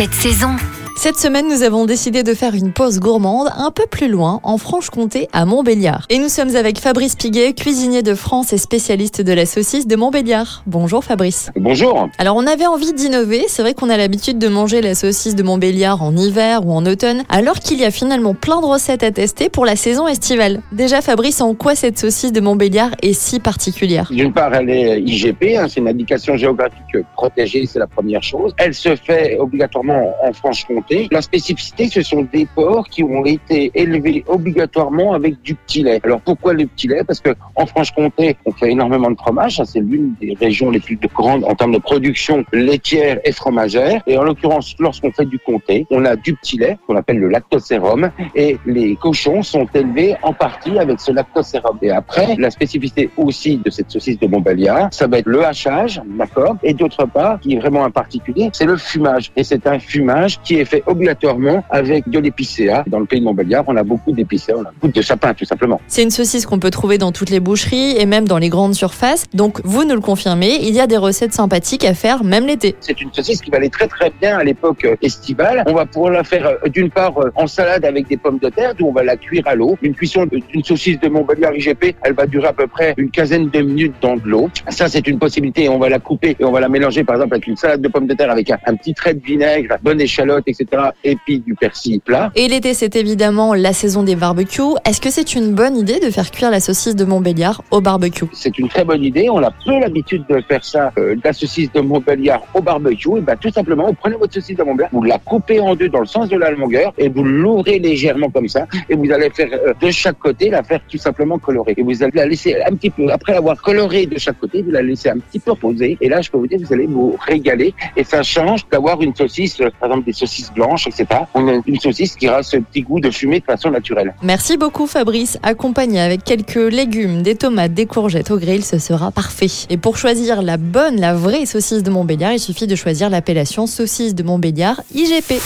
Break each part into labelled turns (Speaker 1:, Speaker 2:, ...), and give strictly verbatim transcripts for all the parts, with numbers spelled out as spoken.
Speaker 1: cette saison.
Speaker 2: Cette semaine, nous avons décidé de faire une pause gourmande un peu plus loin, en Franche-Comté, à Montbéliard. Et nous sommes avec Fabrice Piguet, cuisinier de France et spécialiste de la saucisse de Montbéliard. Bonjour Fabrice.
Speaker 3: Bonjour.
Speaker 2: Alors on avait envie d'innover, c'est vrai qu'on a l'habitude de manger la saucisse de Montbéliard en hiver ou en automne, alors qu'il y a finalement plein de recettes à tester pour la saison estivale. Déjà Fabrice, en quoi cette saucisse de Montbéliard est si particulière ?
Speaker 3: D'une part, elle est I G P, hein, c'est une indication géographique protégée, c'est la première chose. Elle se fait obligatoirement en Franche-Comté. La spécificité, ce sont des porcs qui ont été élevés obligatoirement avec du petit lait. Alors pourquoi le petit lait ? Parce que en Franche-Comté, on fait énormément de fromage. C'est l'une des régions les plus grandes en termes de production laitière et fromagère. Et en l'occurrence, lorsqu'on fait du comté, on a du petit lait qu'on appelle le lactosérum. Et les cochons sont élevés en partie avec ce lactosérum. Et après, la spécificité aussi de cette saucisse de Montbéliard, ça va être le hachage, d'accord ? Et d'autre part, qui est vraiment un particulier, c'est le fumage. Et c'est un fumage qui est fait obligatoirement avec de l'épicéa. Dans le pays de Montbéliard, on a beaucoup d'épicéa, on a beaucoup de sapin tout simplement.
Speaker 2: C'est une saucisse qu'on peut trouver dans toutes les boucheries et même dans les grandes surfaces. Donc vous nous le confirmez, il y a des recettes sympathiques à faire même l'été.
Speaker 3: C'est une saucisse qui va aller très très bien à l'époque estivale. On va pouvoir la faire d'une part en salade avec des pommes de terre, d'où on va la cuire à l'eau. Une cuisson d'une saucisse de Montbéliard I G P, elle va durer à peu près une quinzaine de minutes dans de l'eau. Ça c'est une possibilité. On va la couper et on va la mélanger par exemple avec une salade de pommes de terre avec un, un petit trait de vinaigre, bonne échalote, et cetera. Et puis du persil plat.
Speaker 2: Et l'été, c'est évidemment la saison des barbecues. Est-ce que c'est une bonne idée de faire cuire la saucisse de Montbéliard au barbecue ?
Speaker 3: C'est une très bonne idée. On a peu l'habitude de faire ça, euh, la saucisse de Montbéliard au barbecue. Et ben tout simplement, vous prenez votre saucisse de Montbéliard, vous la coupez en deux dans le sens de la longueur et vous l'ouvrez légèrement comme ça. Et vous allez faire euh, de chaque côté, la faire tout simplement colorer. Et vous allez la laisser un petit peu, après l'avoir colorée de chaque côté, vous la laissez un petit peu reposer. Et là, je peux vous dire, vous allez vous régaler. Et ça change d'avoir une saucisse, euh, par exemple des saucisses blanches, et cetera. On a une saucisse qui aura ce petit goût de fumée de façon naturelle.
Speaker 2: Merci beaucoup Fabrice. Accompagné avec quelques légumes, des tomates, des courgettes au grill, ce sera parfait. Et pour choisir la bonne, la vraie saucisse de Montbéliard, il suffit de choisir l'appellation saucisse de Montbéliard I G P.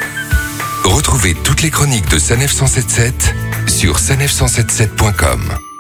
Speaker 4: Retrouvez toutes les chroniques de Sanef cent soixante-dix-sept sur sanef cent soixante-dix-sept point com.